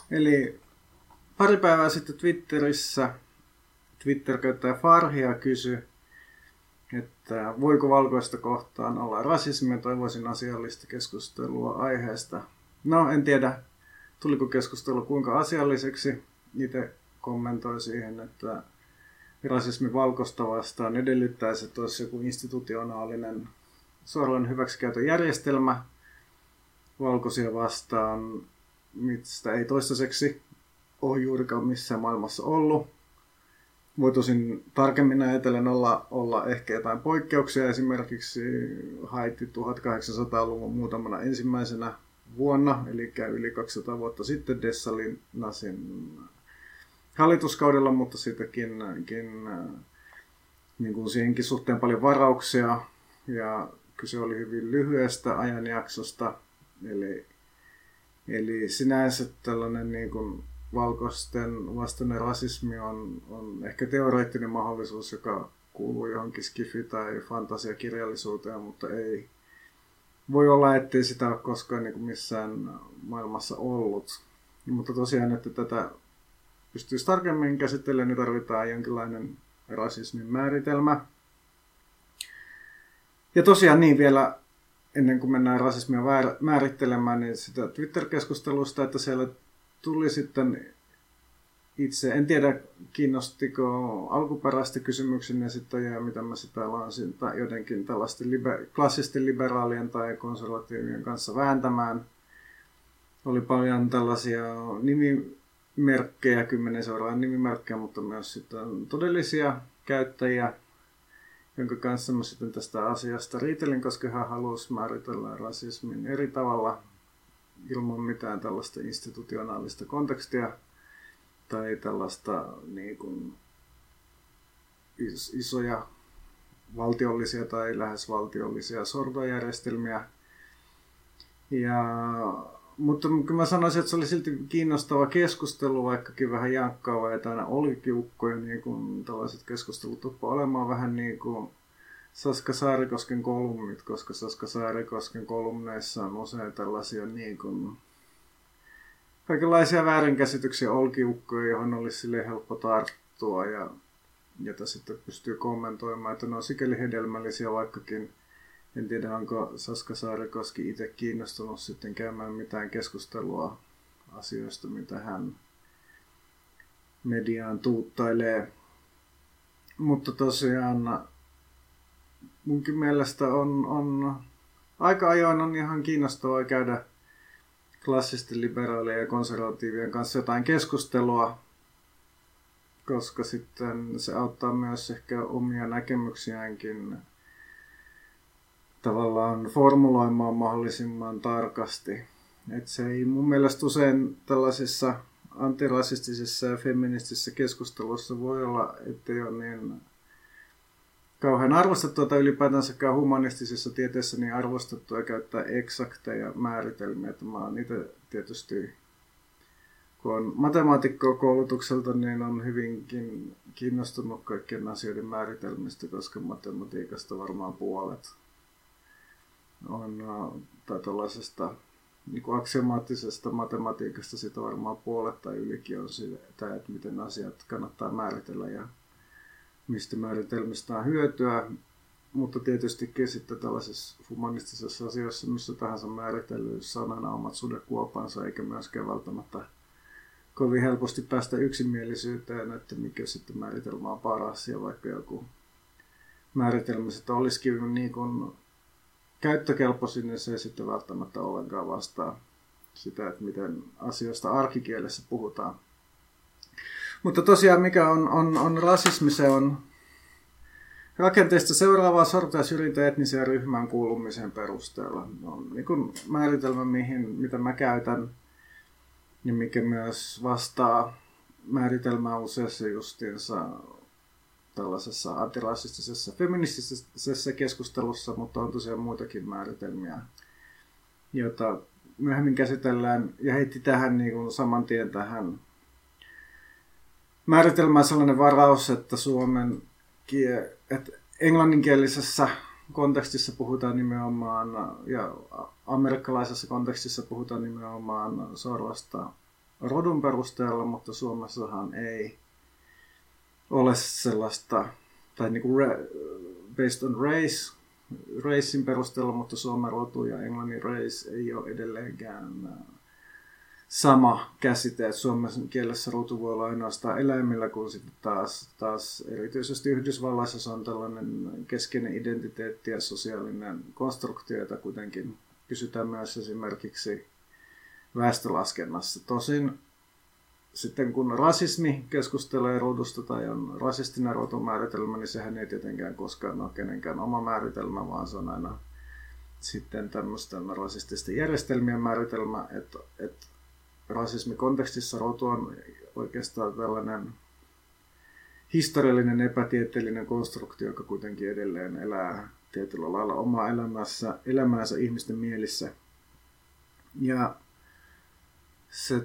Eli pari päivää sitten Twitterissä Twitter-käyttäjä Farhia kysyi, että voiko valkoista kohtaan olla rasismia, toivoisin asiallista keskustelua aiheesta. No, en tiedä, tuliko keskustelu kuinka asialliseksi. Itse kommentoin siihen, että rasismi valkoista vastaan edellyttäisi, että olisi joku institutionaalinen sorron hyväksikäytön järjestelmä valkoisia vastaan, mistä ei toistaiseksi ole juurikaan missään maailmassa ollut. Voi tosin tarkemmin ajatellen olla ehkä jotain poikkeuksia. Esimerkiksi Haiti 1800-luvun muutamana ensimmäisenä vuonna, eli yli 200 vuotta sitten Dessalinasin hallituskaudella, mutta siitäkin niin kuin siihenkin suhteen paljon varauksia. Ja kyse oli hyvin lyhyestä ajanjaksosta. Eli sinänsä tällainen niin kuin valkoisten vastainen rasismi on ehkä teoreettinen mahdollisuus, joka kuuluu johonkin skifi- tai fantasiakirjallisuuteen, mutta ei voi olla, ettei sitä ole koskaan niin kuin missään maailmassa ollut. Mutta tosiaan, että tätä pystyisi tarkemmin käsittelemään, niin tarvitaan jonkinlainen rasismin määritelmä. Ja tosiaan niin vielä ennen kuin mennään rasismia määrittelemään, niin sitä Twitter-keskustelusta, että siellä tuli sitten itse, en tiedä kiinnostiko alkuperäistä kysymyksen esittäjää, mitä mä sitä laansin, tai jotenkin tällaisten klassisten liberaalien tai konservatiivien kanssa vääntämään. Oli paljon tällaisia nimimerkkejä, 10 seuraavan nimimerkkejä, mutta myös sitten todellisia käyttäjiä, jonka kanssa mä sitten tästä asiasta riitelin, koska hän halusi määritellä rasismin eri tavalla ilman mitään tällaista institutionaalista kontekstia tai tällaista niin kuin isoja valtiollisia tai lähes valtiollisia sortojärjestelmiä. Mutta mä sanoisin, että se oli silti kiinnostava keskustelu, vaikkakin vähän jankkaava ja täynnä olkiukkoja, niin kuin tällaiset keskustelut tuppaa olemaan vähän niin kuin Saska Saarikosken kolumnit, koska Saska Saarikosken kolumneissa on usein tällaisia niin kuin kaikenlaisia väärinkäsityksiä olkiukkoja, johon olisi silleen helppo tarttua ja jota sitten pystyy kommentoimaan, että ne on sikäli hedelmällisiä, vaikkakin en tiedä, onko Saska Saarikoski itse kiinnostunut sitten käymään mitään keskustelua asioista, mitä hän mediaan tuuttailee. Mutta tosiaan munkin mielestä on aika ajoin on ihan kiinnostavaa käydä klassisten liberaalien ja konservatiivien kanssa jotain keskustelua, koska sitten se auttaa myös ehkä omia näkemyksiäänkin tavallaan formuloimaan mahdollisimman tarkasti. Et se ei mun mielestä usein tällaisissa antirasistisissa ja feministisissä keskustelussa voi olla, ettei ole niin kauhean arvostettua tai ylipäätänsäkään humanistisessa tieteessä niin arvostettua käyttää eksakteja määritelmiä. Mä oon itse tietysti, kun on matemaatikko koulutukselta, niin on hyvinkin kiinnostunut kaikkien asioiden määritelmistä, koska matematiikasta varmaan puolet on tai tuollaisesta niin kuin aksiomaattisesta matematiikasta sitä varmaan puolet tai ylikin on sitä, että miten asiat kannattaa määritellä ja mistä määritelmistä on hyötyä, mutta tietystikin sitten tällaisessa humanistisessa asiassa, missä tahansa määritellyssä on aina omat sudekuopansa, eikä myöskään välttämättä kovin helposti päästä yksimielisyyteen, että mikä sitten määritelmä on paras, ja vaikka joku määritelmä sitten olisikin niin kuin käyttökelpoisin, niin se ei sitten välttämättä ollenkaan vastaa sitä, että miten asioista arkikielessä puhutaan. Mutta tosiaan mikä on rasismi, se on rakenteista seuraavaa sorto ja syrjintä etniseen ryhmään kuulumisen perusteella. On niin kuin määritelmä, mitä mä käytän, ja mikä myös vastaa määritelmää useassa justiinsa tällaisessa antirasistisessa, feministisessä keskustelussa, mutta on tosiaan muitakin määritelmiä, joita myöhemmin käsitellään. Ja heitti tähän niin kuin saman tien tähän määritelmään sellainen varaus, että että englanninkielisessä kontekstissa puhutaan nimenomaan, ja amerikkalaisessa kontekstissa puhutaan nimenomaan sorrosta rodun perusteella, mutta Suomessahan ei ole sellaista, tai niin kuin based on racein perusteella, mutta suomen rotu ja englannin race ei ole edelleenkään sama käsite, että suomen kielessä rotu voi olla ainoastaan eläimillä, kun sitten taas erityisesti Yhdysvalloissa se on tällainen keskeinen identiteetti ja sosiaalinen konstruktio, jota kuitenkin kysytään myös esimerkiksi väestölaskennassa. Tosin sitten kun rasismi keskustelee rodusta tai on rasistinen rotumääritelmä, niin sehän ei tietenkään koskaan ole kenenkään oma määritelmä, vaan se on aina sitten tämmöisten rasististen järjestelmien määritelmä, että rasismikontekstissa rotu on oikeastaan tällainen historiallinen epätieteellinen konstruktio, joka kuitenkin edelleen elää tietyllä lailla omaa elämäänsä ihmisten mielissä. Ja se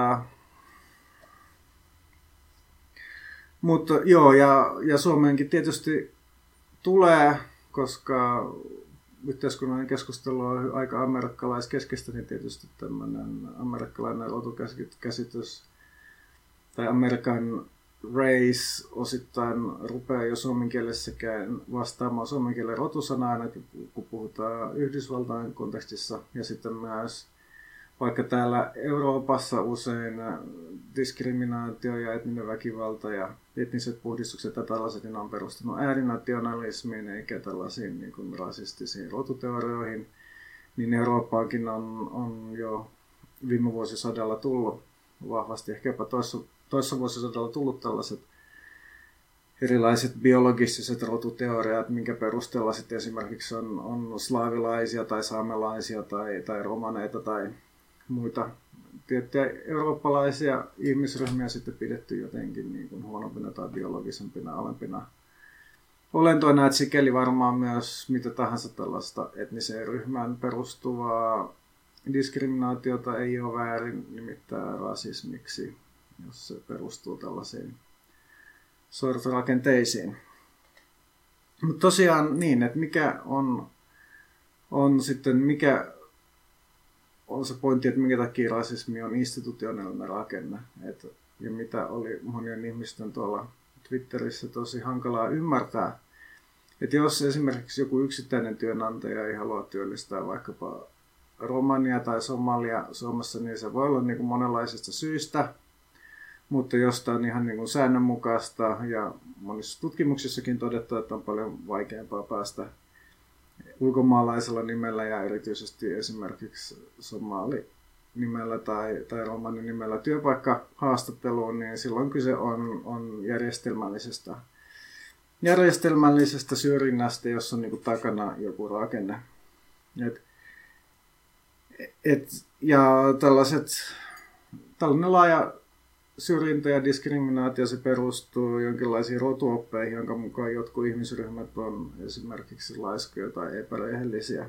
mutta joo, ja Suomeenkin tietysti tulee, koska yhteiskunnallinen keskustelu on aika amerikkalaiskeskeistä, niin tietysti tämmöinen amerikkalainen rotukäsitys tai American race osittain rupeaa jo suomen kielessäkään vastaamaan suomen kielen rotusanaa, ainakin kun puhutaan Yhdysvaltain kontekstissa, ja sitten myös vaikka täällä Euroopassa usein diskriminaatio ja etninen väkivalta ja etniset puhdistukset ja tällaiset niin on perustunut äärinationalismiin eikä tällaisiin niin kuin rasistisiin rotuteorioihin, niin Eurooppaankin on jo viime vuosisadalla tullut vahvasti, ehkä jopa toissa vuosisadalla tullut tällaiset erilaiset biologiset rotuteoriat, minkä perusteella sitten esimerkiksi on slaavilaisia tai saamelaisia tai romaneita tai muita tiettyjä eurooppalaisia ihmisryhmiä sitten pidetty jotenkin niin kuin huonompina tai biologisempina alempina olentoina, että sikäli varmaan myös mitä tahansa tällaista etniseen ryhmään perustuvaa diskriminaatiota ei ole väärin nimittäin rasismiksi, jos se perustuu tällaisiin sortorakenteisiin. Mutta tosiaan niin, että mikä on sitten, mikä on se pointti, että minkä takia rasismi on institutionaalinen rakenne. Ja mitä oli monien ihmisten tuolla Twitterissä tosi hankalaa ymmärtää. Että jos esimerkiksi joku yksittäinen työnantaja ei halua työllistää vaikkapa romania tai somalia Suomessa, niin se voi olla niin kuin monenlaisista syistä. Mutta jostain on ihan niin kuin säännönmukaista ja monissa tutkimuksissakin todettu, että on paljon vaikeampaa päästä ulkomaalaisella nimellä ja erityisesti esimerkiksi somali-nimellä tai romani-nimellä työpaikkahaastatteluun, niin silloin kyse on järjestelmällisestä syrjinnästä, jossa on niin kuin takana joku rakenne. Ja tällainen laaja syrjintä ja diskriminaatio se perustuu jonkinlaisiin rotuoppeihin, jonka mukaan jotkut ihmisryhmät on esimerkiksi laiskoja tai epärehellisiä.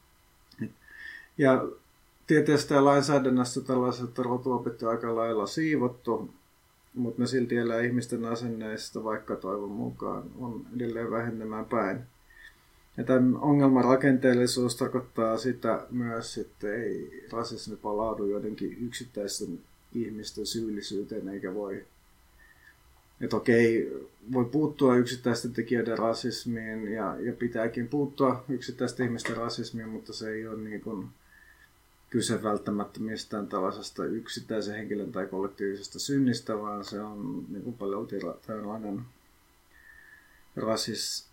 Ja tieteestä ja lainsäädännössä tällaiset rotuopit on aika lailla siivottu, mutta ne silti elää ihmisten asenneista, vaikka toivon mukaan on edelleen vähenemään päin. Ja tämän ongelman rakenteellisuus tarkoittaa sitä myös, että ei rasismi palaudu joidenkin yksittäisten ihmisten syyllisyyteen, eikä voi. Että okei, voi puuttua yksittäisten tekijöiden rasismiin ja pitääkin puuttua yksittäisten ihmisten rasismiin, mutta se ei ole niin kuin kyse välttämättä mistään tällaisesta yksittäisen henkilön tai kollektiivisesta synnistä, vaan se on niin kuin paljon tällainen rasismi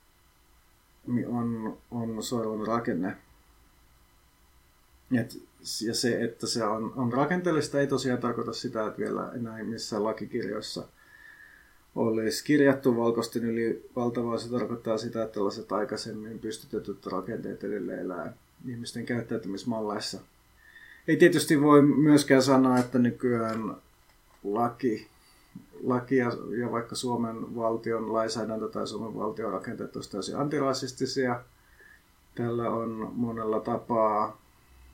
on soilun rakenne. Ja se, että se on rakenteellista, ei tosiaan tarkoita sitä, että vielä enää missään lakikirjoissa olisi kirjattu valkoisten yli valtavaa. Se tarkoittaa sitä, että tällaiset aikaisemmin pystytetyt rakenteet edelleen elää ihmisten käyttäytymismalleissa. Ei tietysti voi myöskään sanoa, että nykyään laki ja vaikka Suomen valtion lainsäädäntö tai Suomen valtion rakenteet olisi täysin antirasistisia. Tällä on monella tapaa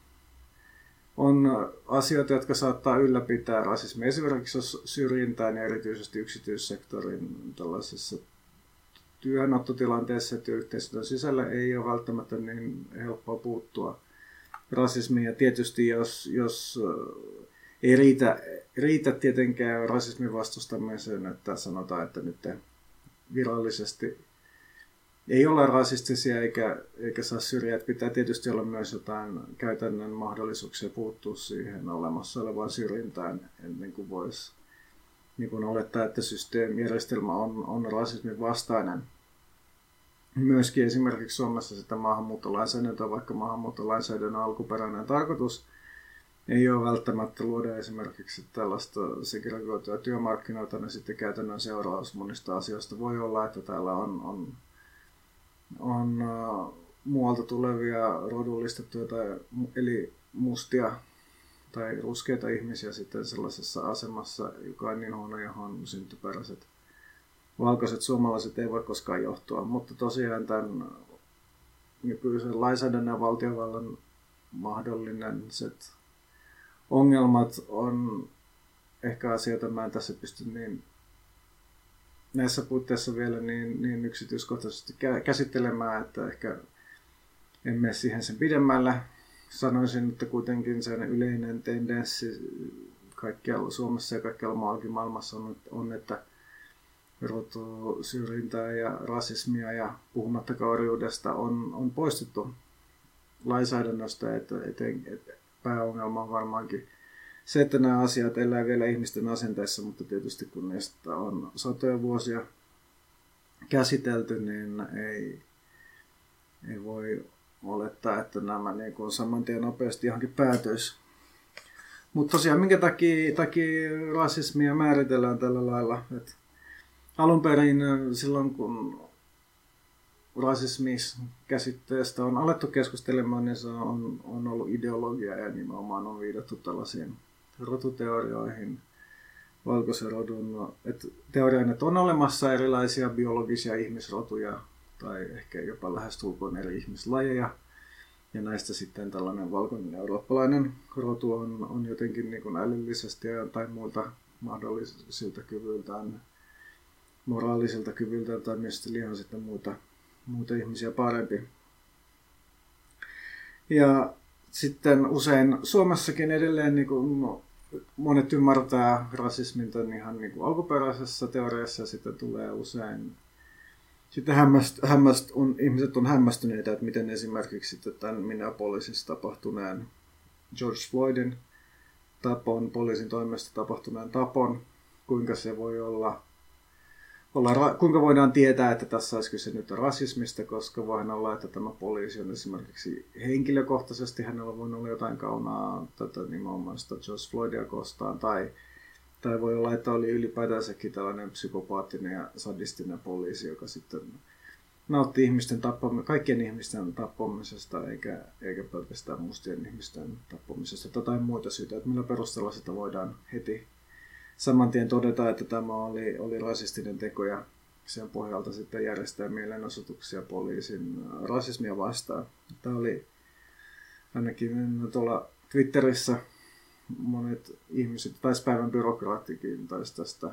on asioita, jotka saattaa ylläpitää rasismia. Esimerkiksi jos syrjintään ja erityisesti yksityissektorin tällaisessa työnottotilanteessa ja työyhteisön sisällä ei ole välttämättä niin helppoa puuttua rasismiin. Ja tietysti jos ei riitä tietenkään rasismin vastustamiseen, että sanotaan, että nyt virallisesti ei olla rasistisia eikä saa syrjiä. Että pitää tietysti olla myös jotain käytännön mahdollisuuksia puuttua siihen olemassa olevaan syrjintään ennen kuin voisi niin kuin olettaa, että järjestelmä on rasismin vastainen. Myöskin esimerkiksi Suomessa sitä maahanmuuttolainsäädäntöä, vaikka maahanmuuttolainsäädännön alkuperäinen tarkoitus ei ole välttämättä luoda esimerkiksi tällaista segregoitua työmarkkinoita, niin sitten käytännön seuraus monista asioista voi olla, että täällä on muualta tulevia rodullistettuja eli mustia tai ruskeita ihmisiä sitten sellaisessa asemassa, joka on niin huono, johon syntyperäiset valkoiset suomalaiset ei voi koskaan johtua. Mutta tosiaan tämän nykyisen lainsäädännön ja valtiovallan mahdollinen ongelmat on ehkä asioita, mä en tässä pysty niin näissä puitteissa vielä niin yksityiskohtaisesti käsittelemään, että ehkä en mene siihen sen pidemmälle. Sanoisin, että kuitenkin sen yleinen tendenssi kaikkialla Suomessa ja kaikkialla muuallakin maailmassa on että rotusyrjintää ja rasismia ja puhumattakaan orjuudesta on poistettu lainsäädännöstä, että pääongelma on varmaankin se, että nämä asiat elää vielä ihmisten asenteissa, mutta tietysti kun niistä on satoja vuosia käsitelty, niin ei voi olettaa, että nämä niin kuin saman tien nopeasti johonkin päätyisi. Mutta tosiaan, minkä takia rasismia määritellään tällä lailla? Et alun perin silloin, kun rasismiskäsitteestä on alettu keskustelemaan, niin se on ollut ideologia ja nimenomaan on viitattu tällaisiin rotuteorioihin, valkoisen rodun teoriaan, että on olemassa erilaisia biologisia ihmisrotuja tai ehkä jopa lähestulkoon eri ihmislajeja. Ja näistä sitten tällainen valkoinen eurooppalainen rotu on jotenkin niin kuin älyllisesti tai muilta mahdollisilta kyvyiltään, moraalisilta kyvyiltään tai myös liian sitten muita ihmisiä parempi. Ja sitten usein Suomessakin edelleen niin kuin monet ymmärtää rasismin tämän ihan niin kuin alkuperäisessä teoriassa ja sitten tulee usein sitten ihmiset on hämmästyneitä, että miten esimerkiksi tämän Minneapolisissa tapahtuneen George Floydin tapon, poliisin toimesta tapahtuneen tapon, kuinka se voi kuinka voidaan tietää, että tässä olisi kyse nyt rasismista, koska voihan olla, että tämä poliisi on esimerkiksi henkilökohtaisesti, hänellä voi olla jotain kaunaa tätä nimenomaan sitä George Floydia kohtaan, tai voi olla, että oli ylipäätänsäkin tällainen psykopaattinen ja sadistinen poliisi, joka sitten nautti kaikkien ihmisten tappamisesta, eikä pelkästään mustien ihmisten tappamisesta tai jotain muita syitä, että millä perusteella sitä voidaan heti saman tien todeta, että tämä oli rasistinen teko ja sen pohjalta sitten järjestää mielenosoituksia poliisin rasismia vastaan. Tämä oli ainakin tuolla Twitterissä monet ihmiset, taisi päivän byrokraattikin taisi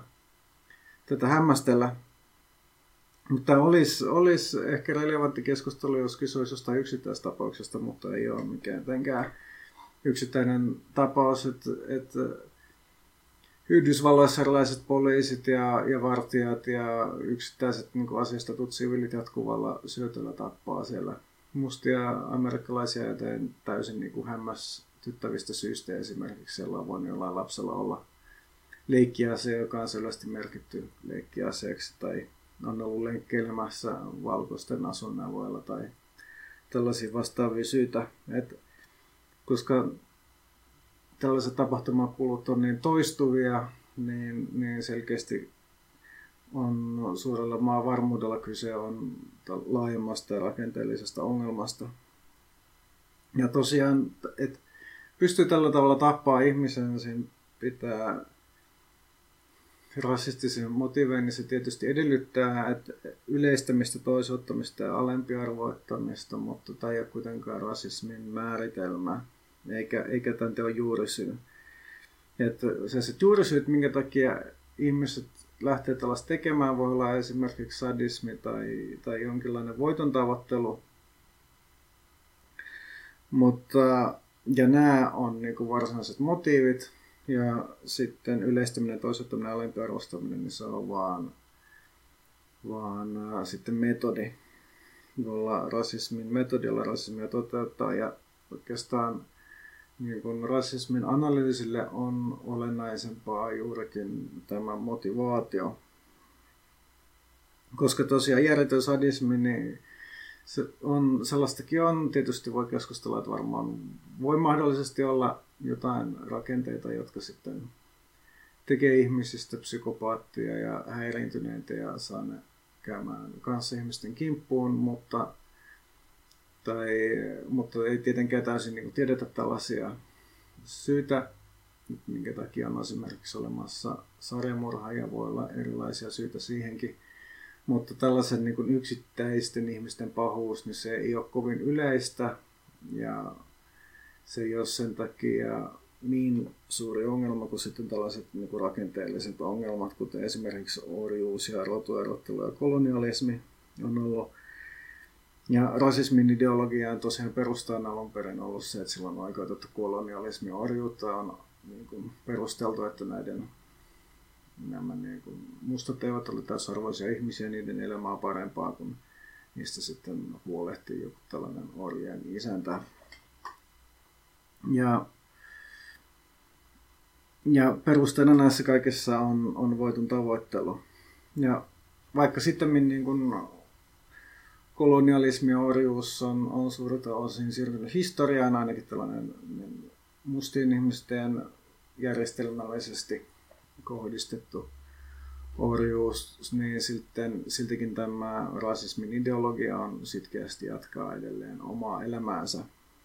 tätä hämmästellä. Mutta olisi ehkä relevantti keskustelu, jos kysyisi jostain yksittäistapauksesta, mutta ei ole mikään yksittäinen tapaus, että Yhdysvalloissa erilaiset poliisit ja vartijat ja yksittäiset niin kuin asiastetut siviilit jatkuvalla syötöllä tappaa siellä mustia amerikkalaisia, joten täysin niin kuin hämmästyttävistä syistä esimerkiksi siellä on voinut jollain lapsella olla leikkiase, joka on selvästi merkitty leikkiaseeksi tai on ollut lenkkeilemässä valkoisten asunneuvoilla tai tällaisia vastaavia syitä. Koska tällaiset tapahtumakulut on niin toistuvia, niin selkeästi on suurella varmuudella kyse on laajemmasta ja rakenteellisesta ongelmasta. Ja tosiaan, että pystyy tällä tavalla tappaa ihmisen, niin siinä pitää rasistisen motiivein, niin se tietysti edellyttää että yleistämistä, toisottamista ja alempiarvoittamista, mutta tämä ei ole kuitenkaan rasismin määritelmä, eikä tämän teon juurisyy. Että se juurisyyt, minkä takia ihmiset lähtee tällaista tekemään, voi olla esimerkiksi sadismi tai jonkinlainen voiton tavoittelu. Ja nämä on niin kuin varsinaiset motiivit. Ja sitten yleistyminen, toisottaminen, alempiarvostaminen, niin se on vaan sitten metodi, metodilla rasismia toteuttaa. Ja oikeastaan niin kun rasismin analyysille on olennaisempaa juurikin tämä motivaatio. Koska tosiaan järjetön sadismi, niin sellaistakin on. Tietysti voi keskustella, että varmaan voi mahdollisesti olla jotain rakenteita, jotka sitten tekee ihmisistä psykopaattia ja häiriintyneitä ja saa ne käymään kanssaihmisten kimppuun, mutta ei tietenkään täysin niin kuin tiedetä tällaisia syitä, minkä takia on esimerkiksi olemassa sarjamurha ja voi olla erilaisia syitä siihenkin. Mutta tällaisen niin kuin yksittäisten ihmisten pahuus, niin se ei ole kovin yleistä ja se ei ole sen takia niin suuri ongelma kuin sitten tällaiset niin kuin rakenteelliset ongelmat, kuten esimerkiksi orjuus ja rotuerottelu ja kolonialismi on ollut. Ja rasismin ideologiaan tosiaan perustaan alun perin ollut se, että sillä on oikeutettu kolonialismi ja orjuutta on niin kuin perusteltu, että nämä niin kuin mustat eivät ole täysarvoisia ihmisiä, niiden elämä on parempaa, kun niistä sitten huolehtii joku tällainen orjien isäntä. Ja perusteena näissä kaikessa on voiton tavoittelu. Ja vaikka sitten niin kuin kolonialismi ja orjuus on suurta osin siirtynyt historiaan, ainakin tällainen mustien ihmisten järjestelmällisesti kohdistettu orjuus, niin siltikin tämä rasismin ideologia on sitkeästi jatkaa edelleen omaa elämäänsä.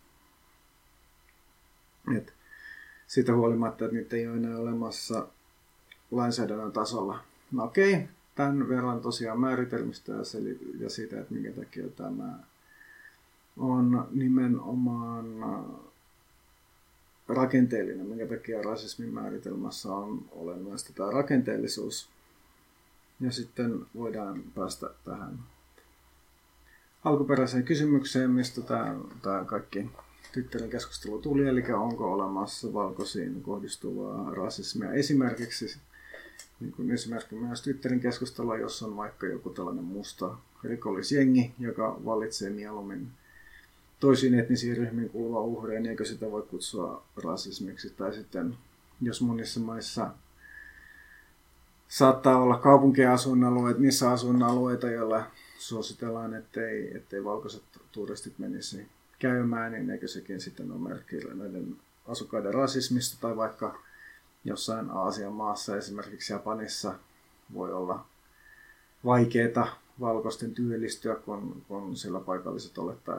Et siitä huolimatta, että niitä ei ole enää olemassa lainsäädännön tasolla. No okei, tämän verran tosiaan määritelmistä ja siitä, että minkä takia tämä on nimenomaan rakenteellinen, minkä takia rasismin määritelmässä on olennaista tämä rakenteellisuus. Ja sitten voidaan päästä tähän alkuperäiseen kysymykseen, mistä tämä kaikki tyttöjen keskustelu tuli, eli onko olemassa valkoisiin kohdistuvaa rasismia. Esimerkiksi niin kuin esimerkiksi myös tyttöjen keskustelua, jossa on vaikka joku tällainen musta rikollisjengi, joka valitsee mieluummin toisiin etnisiin ryhmiin kuuluva uhreja, niin eikö sitä voi kutsua rasismiksi. Tai sitten, jos monissa maissa saattaa olla kaupunkien asuinalueet, missä asuinalueita, joilla suositellaan, ettei valkoiset turistit menisi käymään, niin eikö sekin sitten ole merkki näiden asukkaiden rasismista. Tai vaikka jossain Aasian maassa, esimerkiksi Japanissa, voi olla vaikeaa valkoisten työllistyä, kun siellä paikalliset olettaa,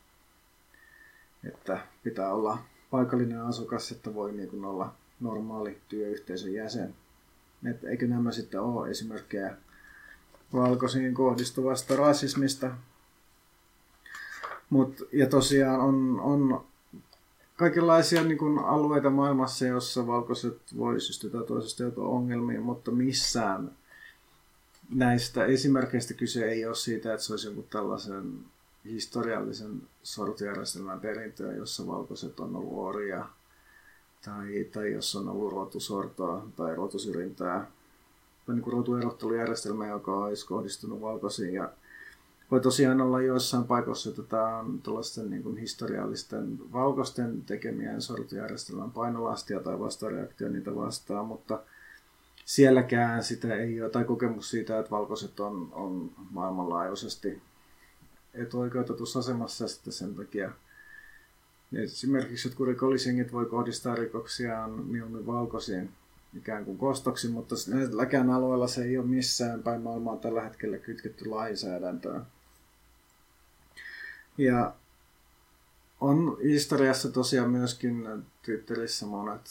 että pitää olla paikallinen asukas, että voi niin kuin olla normaali työyhteisön jäsen. Että eikö nämä sitten ole esimerkkejä valkoisiin kohdistuvasta rasismista. Ja tosiaan on kaikenlaisia niin kuin alueita maailmassa, jossa valkoiset voi systytä toisesta joutua ongelmiin, mutta missään näistä esimerkkeistä kyse ei ole siitä, että se olisi joku tällaisen historiallisen sortojärjestelmän perintöä, jossa valkoiset on ollut orjia tai jos on ollut rotusortoa tai rotusyrjintää tai niin kuin rotuerottelujärjestelmä, joka olisi kohdistunut valkoisiin. Ja voi tosiaan olla joissain paikoissa, että tämä on tällaisten niin kuin historiallisten valkoisten tekemien sortojärjestelmän painolastia tai vastareaktio niitä vastaan, mutta sielläkään sitä ei ole, tai kokemus siitä, että valkoiset on maailmanlaajuisesti etuoikeutetussa asemassa sitten sen takia. Esimerkiksi jotkut rikollisjengit voi kohdistaa rikoksiaan mieluummin valkoisiin ikään kuin kostoksi, mutta näilläkään alueella se ei ole missään päin maailmaa tällä hetkellä kytketty lainsäädäntöön. Ja on historiassa tosiaan myöskin Twitterissä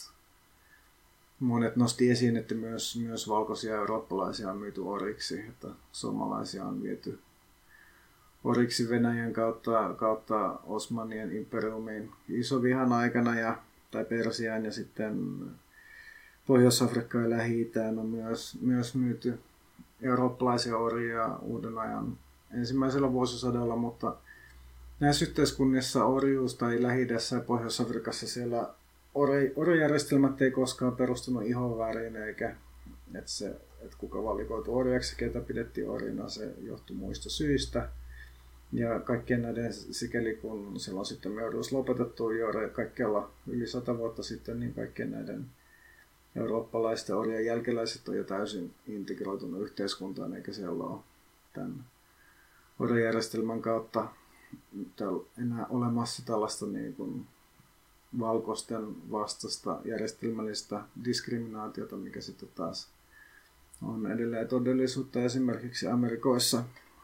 monet nosti esiin, että myös valkoisia eurooppalaisia on myyty oriksi, että suomalaisia on viety oriksi Venäjän kautta Osmanien imperiumiin Isovihan aikana tai Persiaan ja sitten Pohjois-Afrikkaan ja Lähi-Itään on myös myyty eurooppalaisia orjia uuden ajan ensimmäisellä vuosisadalla, mutta näissä yhteiskunnissa orjuus tai Lähi-idässä ja Pohjois-Afrikassa siellä orjajärjestelmät ei koskaan perustunut ihonväriin eikä että kuka valikoitu orjaksi, ketä pidettiin orjina, se johtui muista syistä. Ja kaikkien näiden, sikäli kun silloin sitten meuruus lopetettu jo kaikkialla yli 100 vuotta sitten, niin kaikkien näiden eurooppalaisten orjan jälkeläiset on jo täysin integroitunut yhteiskuntaan, eikä siellä ole tämän orjajärjestelmän kautta enää olemassa tällaista niin kuin valkoisten vastaista järjestelmällistä diskriminaatiota, mikä sitten taas on edelleen todellisuutta esimerkiksi Amerikoissa.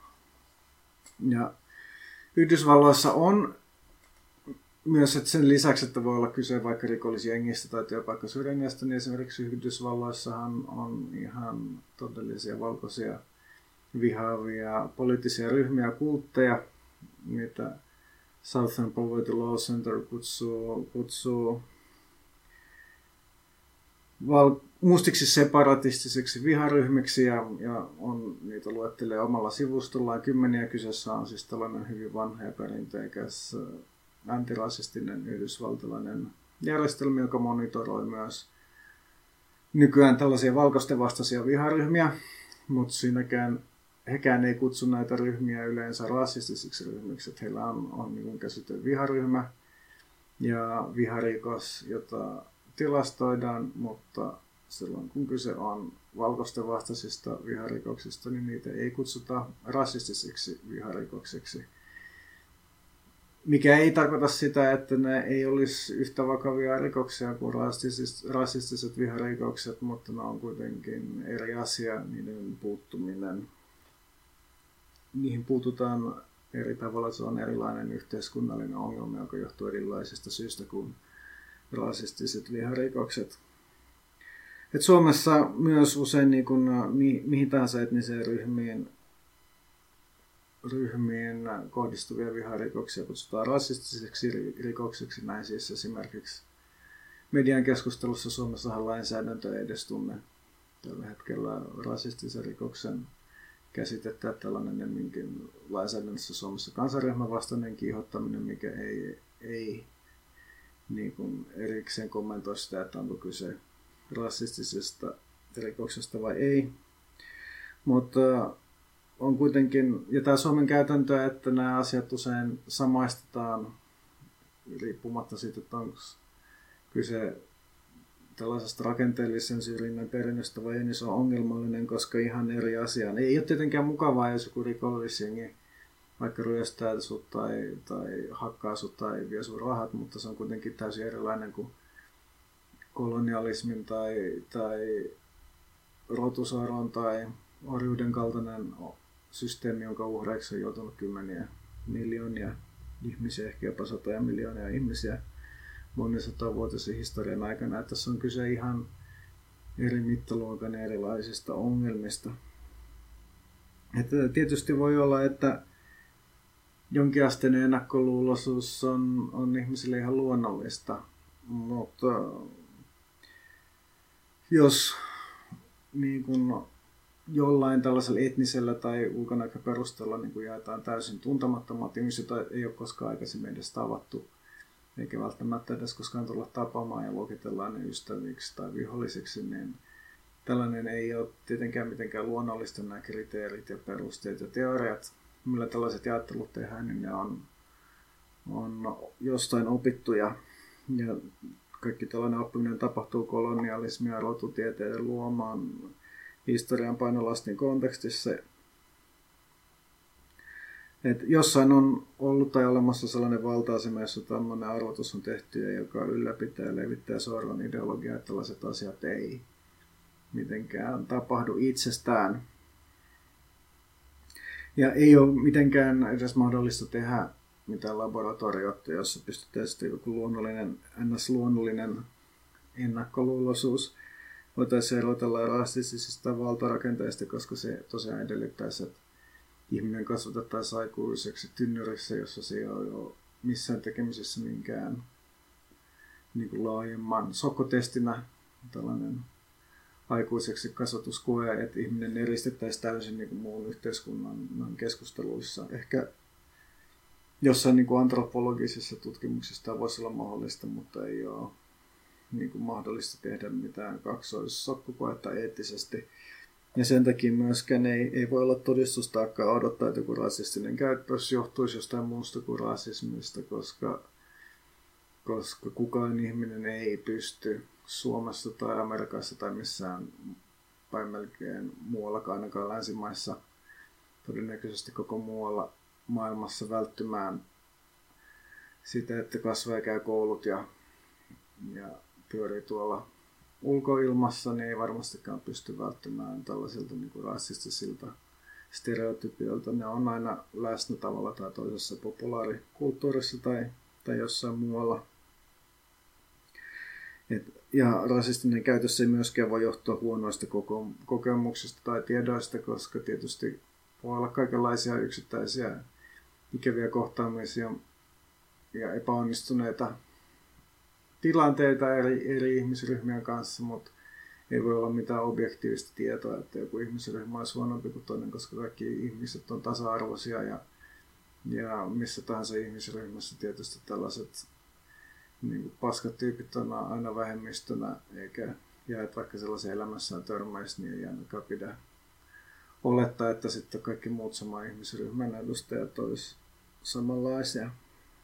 Ja Yhdysvalloissa on myös, että sen lisäksi, että voi olla kyse vaikka rikollisjengistä tai työpaikkasyrjinnästä, niin esimerkiksi Yhdysvalloissahan on ihan todellisia valkoisia vihaavia poliittisia ryhmiä ja kultteja, mitä Southern Poverty Law Center kutsuu mustiksi separatistisiksi viharyhmiksi ja on, niitä luettelee omalla sivustollaan kymmeniä. Kyseessä on siis tällainen hyvin vanha ja perinteikäs antirasistinen yhdysvaltalainen järjestelmä, joka monitoroi myös nykyään tällaisia valkoisten vastaisia viharyhmiä, mutta hekään ei kutsu näitä ryhmiä yleensä rasistisiksi ryhmiksi, että heillä on niin kuin käsite viharyhmä ja viharikos, jota tilastoidaan, mutta silloin kun kyse on valkoisten vastaisista viharikoksista, niin niitä ei kutsuta rasistisiksi viharikoksiksi. Mikä ei tarkoita sitä, että ne ei olisi yhtä vakavia rikoksia kuin rasistiset viharikokset, mutta ne on kuitenkin eri asia, niiden puuttuminen. Niihin puututaan eri tavalla, se on erilainen yhteiskunnallinen ongelma, joka johtuu erilaisista syistä kuin rasistiset viharikokset. Et Suomessa myös usein niin kun, mihin tahansa etniseen ryhmiin kohdistuvia viharikoksia kutsutaan rasistiseksi rikokseksi. Näin siis esimerkiksi median keskustelussa Suomessahan lainsäädäntö ei edes tunne tällä hetkellä rasistisen rikoksen käsitettä, että tällainen enemmänkin lainsäädännössä Suomessa kansanryhmän vastainen kiihottaminen, mikä ei niin kuin erikseen kommentoi sitä, että onko kyse rasistisesta rikoksesta vai ei. Mutta on kuitenkin, ja tämä Suomen käytäntö, että nämä asiat usein samaistetaan riippumatta siitä, että onko kyse tällaisesta rakenteellisen syrjinnän perinnöstä vai ei, niin se on ongelmallinen, koska ihan eri asia. Ei ole tietenkään mukavaa, jos joku rikollisjengi vaikka ryöstää sut tai hakkaa sut tai vie sun rahat, mutta se on kuitenkin täysin erilainen kuin kolonialismin tai rotusaron tai orjuuden kaltainen systeemi, jonka uhreiksi on joutunut kymmeniä miljoonia ihmisiä, ehkä jopa 100 miljoonia ihmisiä monen satavuotisen historian aikana. Että tässä on kyse ihan eri mittaluokan erilaisista ongelmista. Että tietysti voi olla, että jonkinasteinen ennakkoluuloisuus on ihmisille ihan luonnollista, mutta jos niin kun jollain tällaisella etnisellä tai ulkonäköperusteella niin kun jaetaan täysin tuntemattomat ihmiset, joita ei ole koskaan aikaisemmin edes tavattu, eikä välttämättä edes koskaan tulla tapaamaan ja luokitellaan ne ystäviksi tai vihollisiksi, niin tällainen ei ole tietenkään mitenkään luonnollista nämä kriteerit ja perusteet ja teoriat, millä tällaiset jaottelut tehdään, niin ne on jostain opittuja. Ja kaikki tällainen oppiminen tapahtuu kolonialismia ja rotutieteiden luomaan historian painolastin kontekstissa. Et jossain on ollut tai olemassa sellainen valta-asema, jossa tämmöinen arvotus on tehty ja joka ylläpitää ja levittää suoraan ideologiaa, että tällaiset asiat ei mitenkään tapahdu itsestään. Ja ei ole mitenkään edes mahdollista tehdä mitään laboratorioita, jossa pystytään sitten joku luonnollinen ennakkoluuloisuus. Voitaisiin erotella rasistisista valtarakenteista, koska se tosiaan edellyttäisi, että ihminen kasvatettaisiin aikuiseksi tynnyrissä, jossa se ei ole missään tekemisessä minkään niin kuin laajemman sokkotestinä tällainen aikuiseksi kasvatuskoe, että ihminen eristettäisiin täysin niin kuin muun yhteiskunnan keskusteluissa. Ehkä jossain niin kuin antropologisissa tutkimuksissa tämä voisi olla mahdollista, mutta ei ole niin kuin mahdollista tehdä mitään kaksoissotkukoetta eettisesti. Ja sen takia myöskään ei voi olla todistustaakkaa odottaa, että joku rasistinen käyttäys johtuisi jostain muusta kuin rasismista, koska kukaan ihminen ei pysty Suomessa tai Amerikassa tai missään päin melkein muuallakaan, ainakaan länsimaissa, todennäköisesti koko muualla maailmassa välttymään sitä, että kasvaa käy koulut ja pyörii tuolla ulkoilmassa, niin ei varmastikaan pysty välttämään tällaisilta niin kuin rasistisilta stereotypioilta. Ne on aina läsnä tavalla tai toisessa populaarikulttuurissa tai jossain muualla. Ja rasistinen käytös ei myöskään voi johtua huonoista kokemuksista tai tiedoista, koska tietysti voi olla kaikenlaisia yksittäisiä ikäviä kohtaamisia ja epäonnistuneita tilanteita eri ihmisryhmien kanssa, mutta ei voi olla mitään objektiivista tietoa, että joku ihmisryhmä olisi huonompi kuin toinen, koska kaikki ihmiset on tasa-arvoisia ja missä tahansa ihmisryhmässä tietysti tällaiset niin kuin paskat tyypit on aina vähemmistönä, eikä jää, että vaikka sellaisen elämässään törmäisi, niin ei ainakaan pidä olettaa, että sitten kaikki muut saman ihmisryhmän edustajat olisi samanlaisia.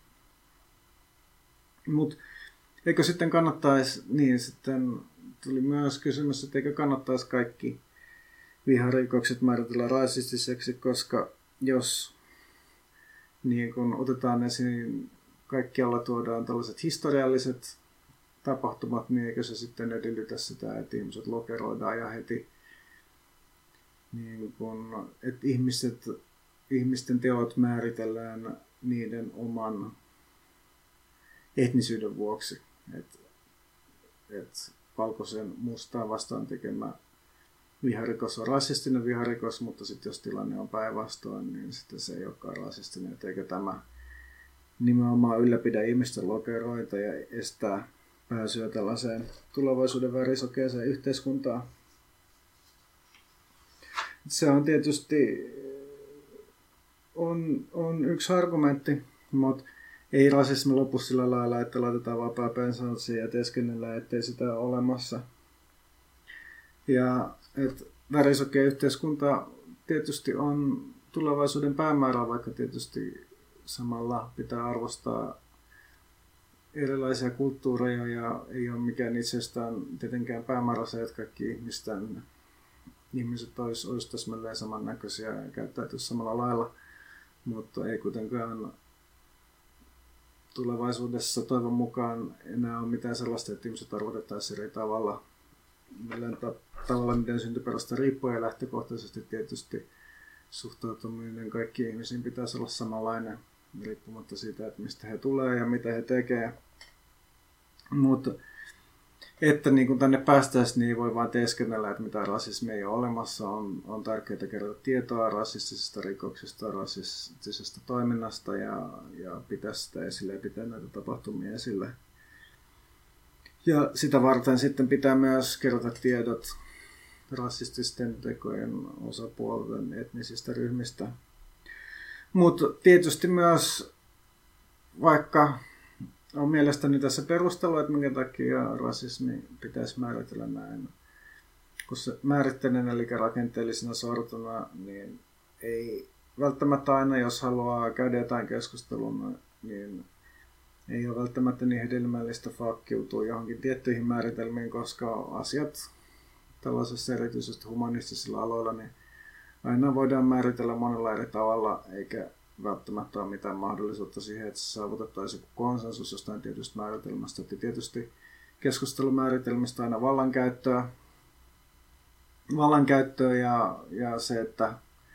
Mutta eikö sitten kannattaisi, niin sitten tuli myös kysymys, että eikö kannattaisi kaikki viharikokset määritellä rasistiseksi, koska jos niin kun otetaan esiin kaikkialla tuodaan tällaiset historialliset tapahtumat, niin eikö se sitten edellytä sitä, että ihmiset lokeroidaan ja heti, niin kun, että ihmisten teot määritellään niiden oman etnisyyden vuoksi. Et valkoisen mustaa vastaan tekemä viharikos on rasistinen viharikos, mutta sitten jos tilanne on päinvastoin, niin sitten se ei olekaan rasistinen. Et eikö tämä nimenomaan ylläpidä ihmisten lokeroita ja estää pääsyä tällaiseen tulevaisuuden värisokeeseen yhteiskuntaan. Se on tietysti on yksi argumentti, mutta ei rasismi lopu sillä lailla, että laitetaan vapaa pensaansiin ja teeskennellään, ettei sitä ole olemassa. Ja että värisokea yhteiskunta tietysti on tulevaisuuden päämäärä, vaikka tietysti samalla pitää arvostaa erilaisia kulttuureja ja ei ole mikään itsestään tietenkään päämäärä se, että kaikki ihmiset olisi täsmälleen samannäköisiä ja käyttäytyisi samalla lailla, mutta ei kuitenkaan tulevaisuudessa toivon mukaan enää ole mitään sellaista, että ihmiset arvotettaisiin eri tavalla. Tavalla miten syntyperästä riippuen ja lähtökohtaisesti tietysti suhtautuminen kaikkiin ihmisiin pitäisi olla samanlainen riippumatta siitä, että mistä he tulee ja mitä he tekee. Mutta että niin kun tänne päästäisiin, niin ei voi vaan teeskennellä, että mitään rasismia ei ole olemassa. On tärkeää kerätä tietoa rasistisista rikoksista, rasistisesta toiminnasta ja pitää sitä esille ja pitää näitä tapahtumia esille. Ja sitä varten sitten pitää myös kerätä tiedot rasististen tekojen osapuolten etnisistä ryhmistä. Mutta tietysti myös, vaikka on mielestäni tässä perustelu, että minkä takia rasismi pitäisi määritellä näin. Kun se määrittelen eli rakenteellisena sortuna, niin ei välttämättä aina, jos haluaa käydä jotain keskustelua, niin ei ole välttämättä niin hedelmällistä fakkiutua johonkin tiettyihin määritelmiin, koska asiat tällaisessa erityisesti humanistisilla aloilla, niin aina voidaan määritellä monella eri tavalla, eikä välttämättä ole mitään mahdollisuutta siihen, että saavutettaisiin konsensus jostain tietystä määritelmästä. Että tietysti keskustelumääritelmistä aina vallankäyttöä ja se, että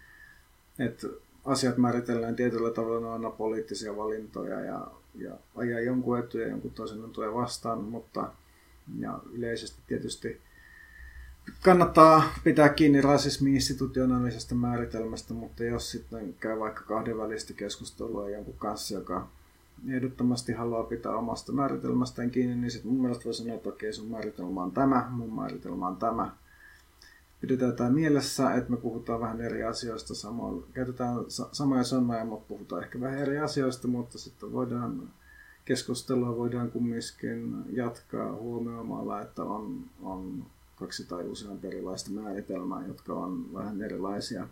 asiat määritellään tietyllä tavalla, ne on aina poliittisia valintoja ja ajaa jonkun etuja jonkun toisen etuja vastaan, mutta ja yleisesti tietysti kannattaa pitää kiinni rasismi-institutionaalisesta määritelmästä, mutta jos sitten käy vaikka kahdenvälistä keskustelua jonkun kanssa, joka ehdottomasti haluaa pitää omasta määritelmästään kiinni, niin sitten mun mielestä voi sanoa, että okei, sun määritelmä on tämä, mun määritelmä on tämä. Pidetään tämä mielessä, että me puhutaan vähän eri asioista, käytetään samoja sanoja, mutta puhutaan ehkä vähän eri asioista, mutta sitten voidaan keskustelua voidaan kumminkin jatkaa huomioimalla, että on 2 tai useampi erilaista määritelmää, jotka on vähän erilaisia.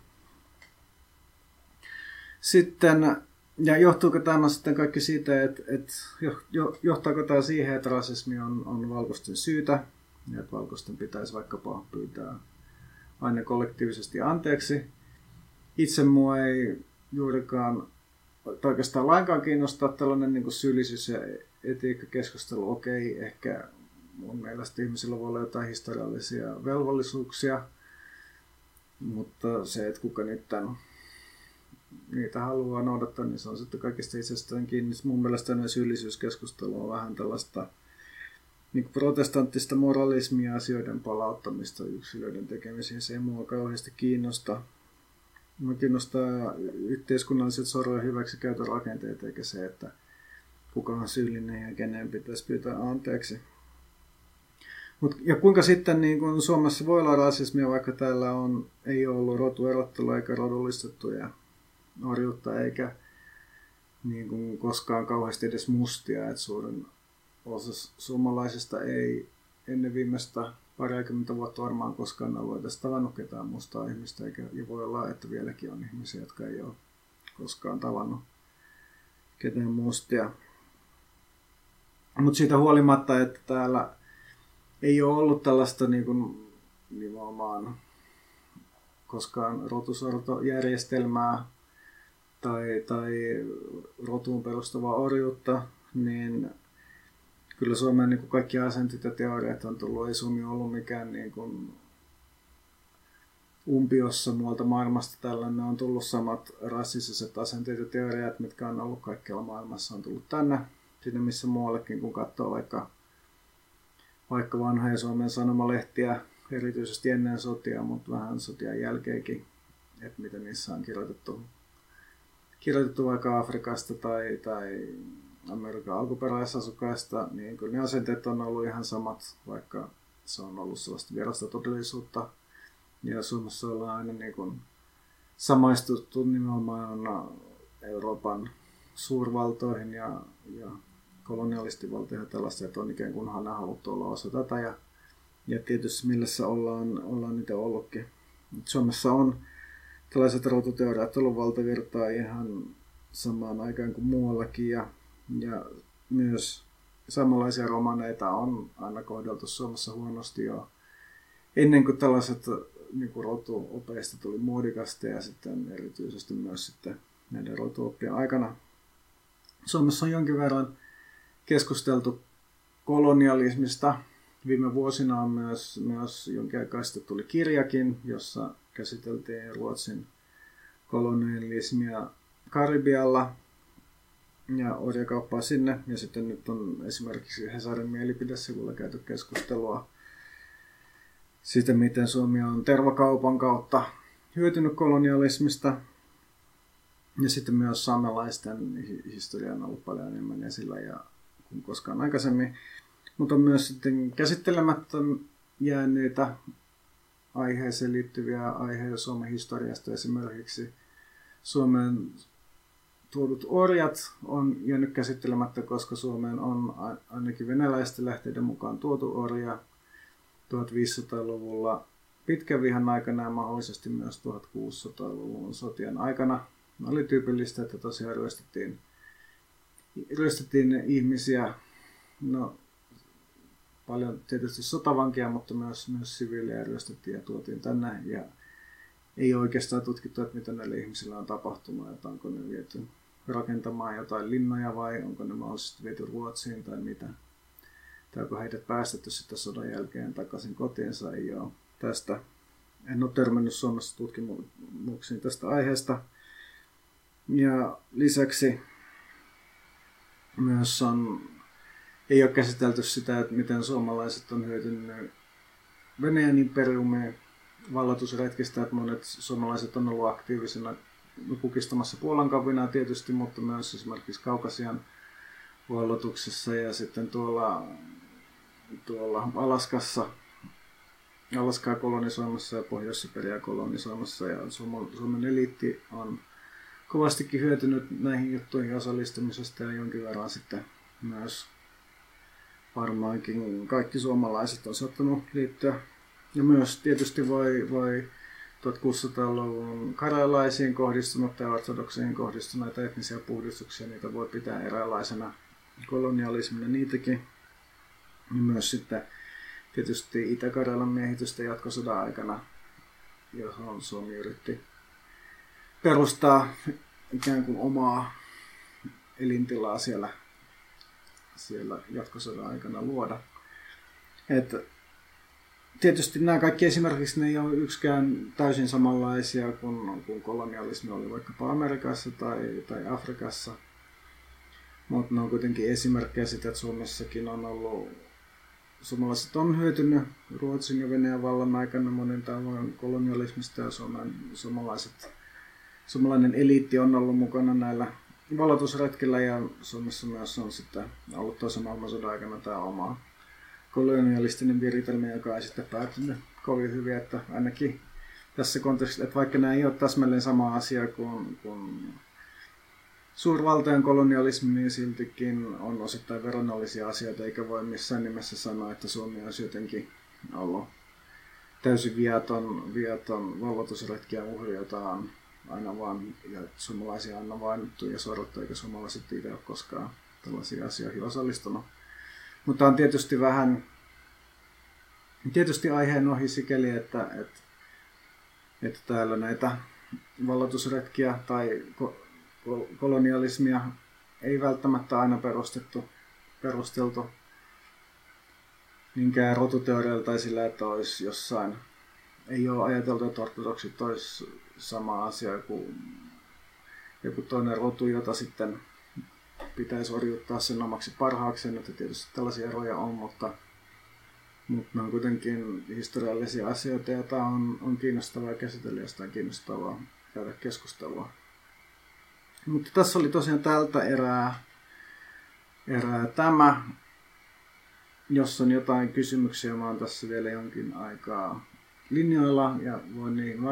Sitten, ja johtuuko tämä sitten kaikki siitä, että johtaako tämä siihen, että rasismi on valkoisten syytä, ja että valkoisten pitäisi vaikkapa pyytää aina kollektiivisesti anteeksi. Itse mua ei juurikaan oikeastaan lainkaan kiinnostaa tällainen niin kuin syyllisyys- ja etiikkakeskustelu. Okei, ehkä mun mielestä ihmisillä voi olla jotain historiallisia velvollisuuksia, mutta se, että kuka niitä haluaa noudattaa, niin se on sitten kaikista itsestään kiinni. Mun mielestä tämmöinen syyllisyyskeskustelu on vähän tällaista niin kuin protestanttista moralismia, asioiden palauttamista yksilöiden tekemisiin. Se ei mua kauheasti kiinnosta. Minua kiinnostaa yhteiskunnalliset sorrojen hyväksikäytön rakenteet, eikä se, että kuka on syyllinen ja kenen pitäisi pyytää anteeksi. Ja kuinka sitten niin kun Suomessa voi olla rasismia, vaikka täällä ei ole ollut rotuerottelua eikä rodullistettuja orjuutta, eikä niin kuin koskaan kauheasti edes mustia. Että suurin osa suomalaisista ei ennen viimeistä parikymmentä vuotta varmaan koskaan ollut edes tavannut ketään mustaa ihmistä, ja voi olla, että vieläkin on ihmisiä, jotka ei ole koskaan tavannut ketään mustia. Mutta siitä huolimatta, että täällä ei ole ollut tällaista niin kuin nimenomaan koskaan rotusortojärjestelmää tai rotuun perustuvaa orjuutta, niin kyllä Suomen niin kuin kaikki asentit ja teoriat on tullut. Ei Suomi ollut mikään niin kuin umpiossa muualta maailmasta. Tällainen on tullut samat rassistiset asenteet ja teoriat, mitkä on ollut kaikkialla maailmassa, on tullut tänne. Sinne missä muuallekin, kun katsoo vaikka vanhoja Suomen sanomalehtiä, erityisesti ennen sotia, mutta vähän sotien jälkeenkin, että mitä niissä on kirjoitettu vaikka Afrikasta tai Amerikan alkuperäisasukkaista, niin kyllä ne asenteet on ollut ihan samat, vaikka se on ollut sellaista vierasta todellisuutta. Ja Suomessa ollaan aina niin kuin samaistuttu nimenomaan Euroopan suurvaltoihin ja kolonialistivaltoihin ja tällaista, että on ikään kuin aina haluttu olla osa tätä. Ja tietysti millässä ollaan niitä ollutkin. Suomessa on tällaiset rotuteoriat ollut valtavirtaa ihan samaan aikaan kuin muuallakin. Ja myös samanlaisia romaneita on aina kohdeltu Suomessa huonosti jo ennen kuin tällaiset niin kuin rotuopeista tuli muodikasta ja sitten erityisesti myös sitten näiden rotuoppien aikana. Suomessa on jonkin verran keskusteltu kolonialismista. Viime vuosina on myös jonkin aikaa sitten tuli kirjakin, jossa käsiteltiin Ruotsin kolonialismia Karibialla ja orjakauppaa sinne. Ja sitten nyt on esimerkiksi Hesarin mielipidesivulla käyty keskustelua siitä, miten Suomi on tervakaupan kautta hyötynyt kolonialismista. Ja sitten myös saamelaisten historia on ollut paljon enemmän esillä kuin koskaan aikaisemmin. Mutta on myös sitten käsittelemättä jääneitä aiheeseen liittyviä aiheita Suomen historiasta. Esimerkiksi Suomeen tuodut orjat on jäänyt käsittelemättä, koska Suomeen on ainakin venäläisten lähteiden mukaan tuotu orja 1500-luvulla pitkän vihan aikana ja mahdollisesti myös 1600-luvun sotien aikana. Oli tyypillistä, että tosiaan ryöstettiin ihmisiä, no paljon tietysti sotavankia, mutta myös siviilejä ryöstettiin ja tuotiin tänne. Ja ei oikeastaan tutkittu, että mitä näille ihmisille on tapahtunut, että onko ne viety rakentamaan jotain linnoja vai onko ne mahdollisesti viety Ruotsiin tai mitä. Tai onko heidät päästetty sitten sodan jälkeen takaisin kotiinsa, ei ole tästä. En ole törmännyt Suomessa tutkimuksiin tästä aiheesta. Ja lisäksi myös ei ole käsitelty sitä, että miten suomalaiset on hyötynyt Venäjän imperiumin vallatusretkistä, että monet suomalaiset on ollut aktiivisena kukistamassa Puolan kapinaa tietysti, mutta myös esimerkiksi Kaukasian vallatuksessa ja sitten tuolla Alaskaa kolonisoimassa ja Pohjois-Siberia kolonisoimassa ja Suomen eliitti on kovastikin hyötynyt näihin juttuihin osallistumisesta ja jonkin verran sitten myös varmaankin kaikki suomalaiset on saattanut liittyä. Ja myös tietysti voi 1600-luvun karjalaisiin kohdistunut tai ortodoksiin kohdistuneita etnisiä puhdistuksia, niitä voi pitää eräänlaisena kolonialismina niitäkin. Ja myös sitten tietysti Itä-Karjalan miehitystä jatkosodan aikana, johon Suomi yritti perustaa ikään kuin omaa elintilaa siellä jatkosodan aikana luoda. Tietysti nämä kaikki esimerkiksi ne ei ole yksikään täysin samanlaisia kuin kolonialismi oli vaikkapa Amerikassa tai Afrikassa. Mutta ne on kuitenkin esimerkkejä siitä, että Suomessakin on ollut, suomalaiset on hyötynyt Ruotsin ja Venäjän vallan aikana monin tavoin kolonialismista ja suomalainen eliitti on ollut mukana näillä valotusretkillä ja Suomessa myös on sitten ollut toisen maailmansodan aikana tämä oma kolonialistinen viritelmä, joka ei sitten päätynyt kovin hyvin, että ainakin tässä kontekstissa, että vaikka nämä ei ole täsmälleen sama asia kuin suurvaltojen kolonialismi, niin siltikin on osittain verrannollisia asioita, eikä voi missään nimessä sanoa, että Suomi olisi jotenkin ollut täysin viaton valloitusretkiä uhri, jota on aina vaan, ja suomalaisia on aina vainottu ja sorrettu, eikä suomalaiset itse ole koskaan tällaisiin asioihin osallistunut. Mutta on tietysti aiheen ohi sikäli, että täällä näitä valloitusretkiä tai kolonialismia ei välttämättä aina perusteltu niinkään rotuteorialla tai sillä, että olisi jossain, ei ole ajateltu, että ortodoksit olisi sama asia kuin joku toinen rotu, jota sitten pitäisi orjuttaa sen omaksi parhaakseen, että tietysti tällaisia eroja on, mutta ne on kuitenkin historiallisia asioita, joita on kiinnostavaa käsitellä, josta on kiinnostavaa käydä keskustelua. Mutta tässä oli tosiaan tältä erää tämä. Jos on jotain kysymyksiä, mä oon tässä vielä jonkin aikaa linjoilla ja voin niihin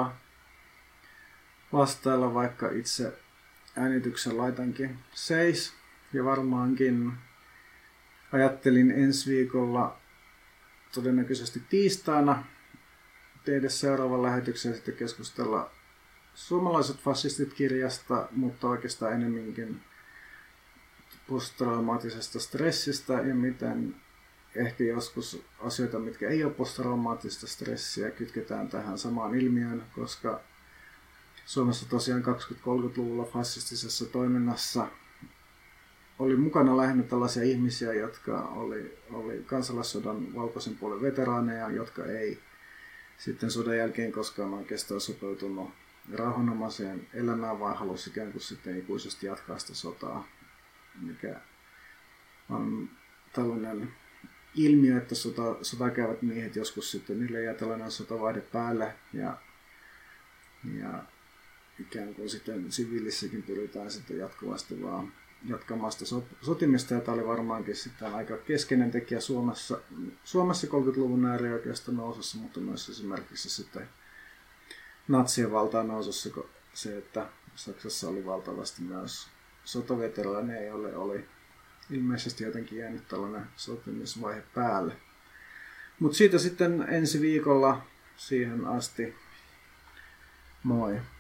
vastailla vaikka itse äänityksen laitankin seis. Ja varmaankin ajattelin ensi viikolla todennäköisesti tiistaina tehdä seuraavan lähetyksen sitten keskustella Suomalaiset fasistit -kirjasta, mutta oikeastaan enemmänkin posttraumaattisesta stressistä ja miten ehkä joskus asioita, mitkä ei ole posttraumaattista stressiä, kytketään tähän samaan ilmiöön, koska Suomessa tosiaan 20-30-luvulla fasistisessa toiminnassa oli mukana lähinnä tällaisia ihmisiä, jotka oli kansalaissodan valkoisen puolen veteraaneja, jotka ei sitten sodan jälkeen koskaan oikeastaan sopeutunut rauhanomaiseen elämään, vaan halusi ikään kuin sitten ikuisesti jatkaa sitä sotaa, mikä on tällainen ilmiö, että sota käyvät miehet joskus sitten niille jää tällainen sotavaihde päälle ja ikään kuin sitten siviilissäkin pyritään sitten jatkuvasti vaan jatkamaan sitä sotimista, ja tämä oli varmaankin sitten aika keskeinen tekijä Suomessa 30-luvun äärioikeasta nousussa, mutta myös esimerkiksi sitten natsien valtaan nousussa se, että Saksassa oli valtavasti myös sotaveteraaneja, joille oli ilmeisesti jotenkin jäänyt tällainen sotimisvaihe päälle. Mutta siitä sitten ensi viikolla, siihen asti, moi!